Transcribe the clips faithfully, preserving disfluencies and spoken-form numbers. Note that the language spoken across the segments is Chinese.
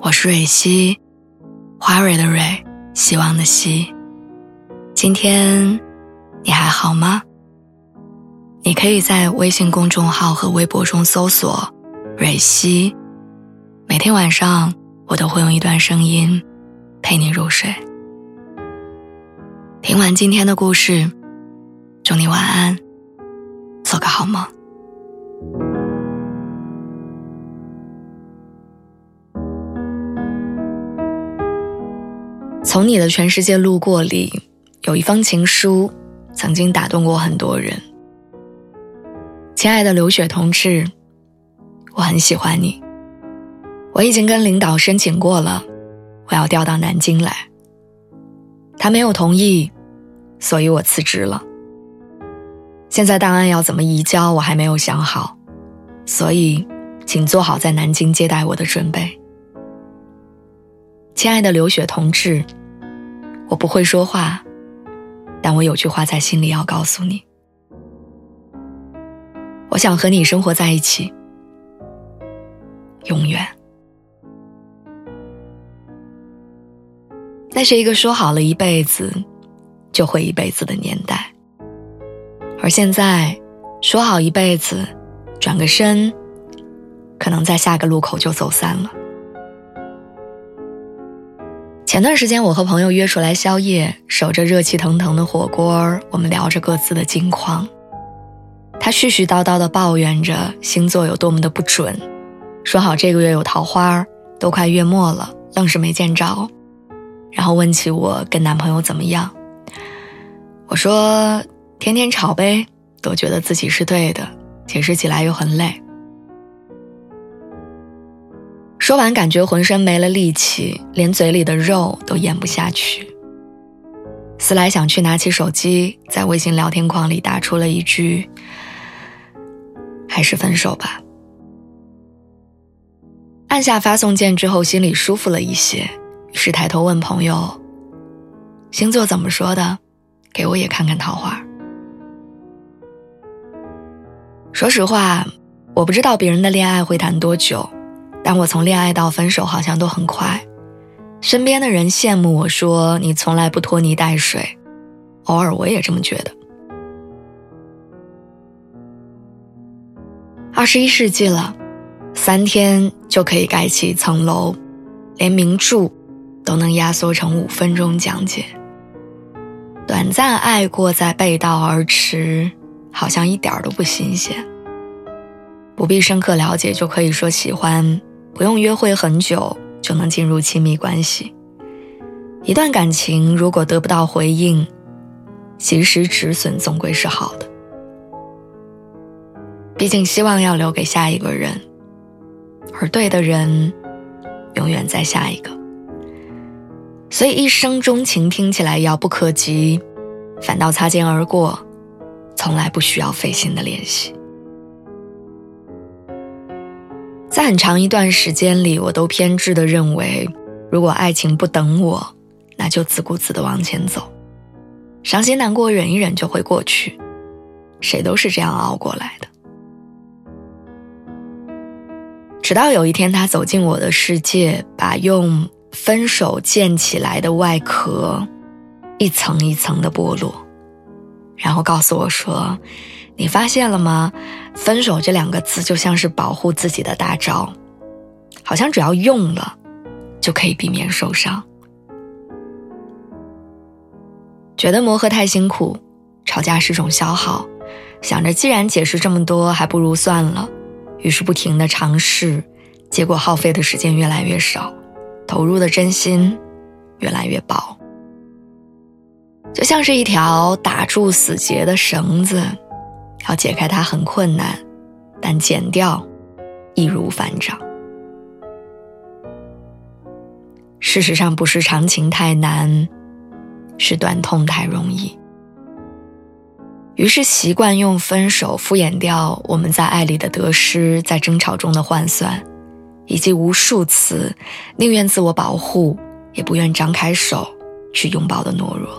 我是蕊希，花蕊的蕊，希望的希。今天你还好吗？你可以在微信公众号和微博中搜索蕊希，每天晚上我都会用一段声音陪你入睡。听完今天的故事，祝你晚安，做个好梦。从你的全世界路过里，有一封情书曾经打动过很多人。亲爱的刘雪同志，我很喜欢你，我已经跟领导申请过了，我要调到南京来。他没有同意，所以我辞职了。现在档案要怎么移交我还没有想好，所以请做好在南京接待我的准备。亲爱的刘雪同志，我不会说话，但我有句话在心里要告诉你。我想和你生活在一起，永远。那是一个说好了一辈子就会一辈子的年代，而现在说好一辈子，转个身可能在下个路口就走散了。前段时间我和朋友约出来宵夜，守着热气腾腾的火锅，我们聊着各自的近况。他絮絮叨叨地抱怨着星座有多么的不准，说好这个月有桃花，都快月末了，愣是没见着。然后问起我跟男朋友怎么样，我说天天吵呗，都觉得自己是对的，解释起来又很累。说完感觉浑身没了力气，连嘴里的肉都咽不下去。思来想去，拿起手机在微信聊天框里打出了一句，还是分手吧。按下发送键之后心里舒服了一些，于是抬头问朋友，星座怎么说的？给我也看看桃花。说实话，我不知道别人的恋爱会谈多久，但我从恋爱到分手好像都很快。身边的人羡慕我说你从来不拖泥带水，偶尔我也这么觉得。二十一世纪了，三天就可以盖起一层楼，连名著都能压缩成五分钟讲解。短暂爱过再背道而驰，好像一点都不新鲜。不必深刻了解就可以说喜欢，不用约会很久就能进入亲密关系。一段感情如果得不到回应，及时止损总归是好的。毕竟希望要留给下一个人，而对的人永远在下一个。所以一生钟情听起来遥不可及，反倒擦肩而过，从来不需要费心的联系。在很长一段时间里，我都偏执地认为，如果爱情不等我，那就自顾自地往前走，伤心难过忍一忍就会过去，谁都是这样熬过来的。直到有一天他走进我的世界，把用分手建起来的外壳一层一层的剥落，然后告诉我说，你发现了吗？分手这两个字就像是保护自己的大招，好像只要用了就可以避免受伤。觉得磨合太辛苦，吵架是种消耗，想着既然解释这么多，还不如算了，于是不停地尝试，结果耗费的时间越来越少，投入的真心越来越薄。就像是一条打住死结的绳子，要解开它很困难，但剪掉易如反掌。事实上不是长情太难，是短痛太容易。于是习惯用分手敷衍掉我们在爱里的得失，在争吵中的换算，以及无数次宁愿自我保护也不愿张开手去拥抱的懦弱。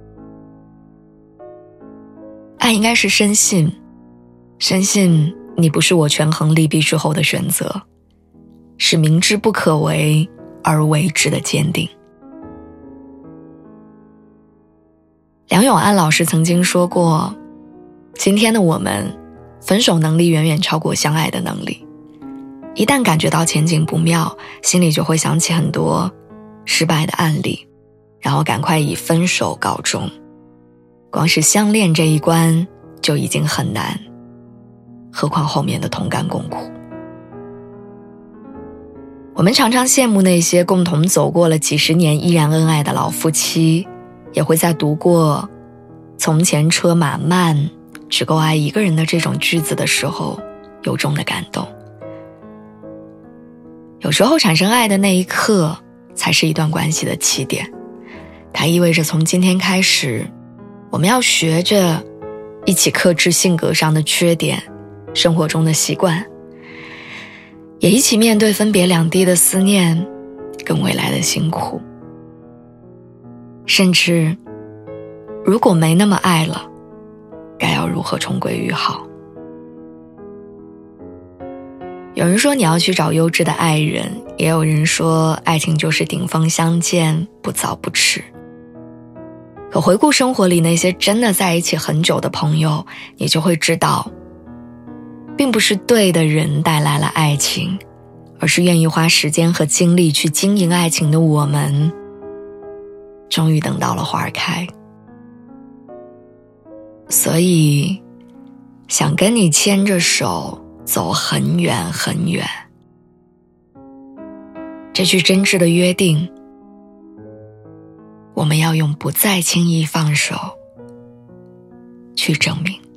爱应该是深信，深信你不是我权衡利弊之后的选择，是明知不可为而为之的坚定。梁永安老师曾经说过，今天的我们分手能力远远超过相爱的能力，一旦感觉到前景不妙，心里就会想起很多失败的案例，然后赶快以分手告终。光是相恋这一关就已经很难，何况后面的同甘共苦。我们常常羡慕那些共同走过了几十年依然恩爱的老夫妻，也会在读过从前车马慢，只够爱一个人的这种句子的时候由衷的感动。有时候产生爱的那一刻才是一段关系的起点，它意味着从今天开始，我们要学着一起克制性格上的缺点，生活中的习惯，也一起面对分别两地的思念跟未来的辛苦。甚至如果没那么爱了，该要如何重归于好。有人说你要去找优质的爱人，也有人说爱情就是顶峰相见，不早不迟。可回顾生活里那些真的在一起很久的朋友，你就会知道，并不是对的人带来了爱情，而是愿意花时间和精力去经营爱情的我们，终于等到了花开。所以想跟你牵着手走很远很远，这句真挚的约定，我们要用不再轻易放手去证明。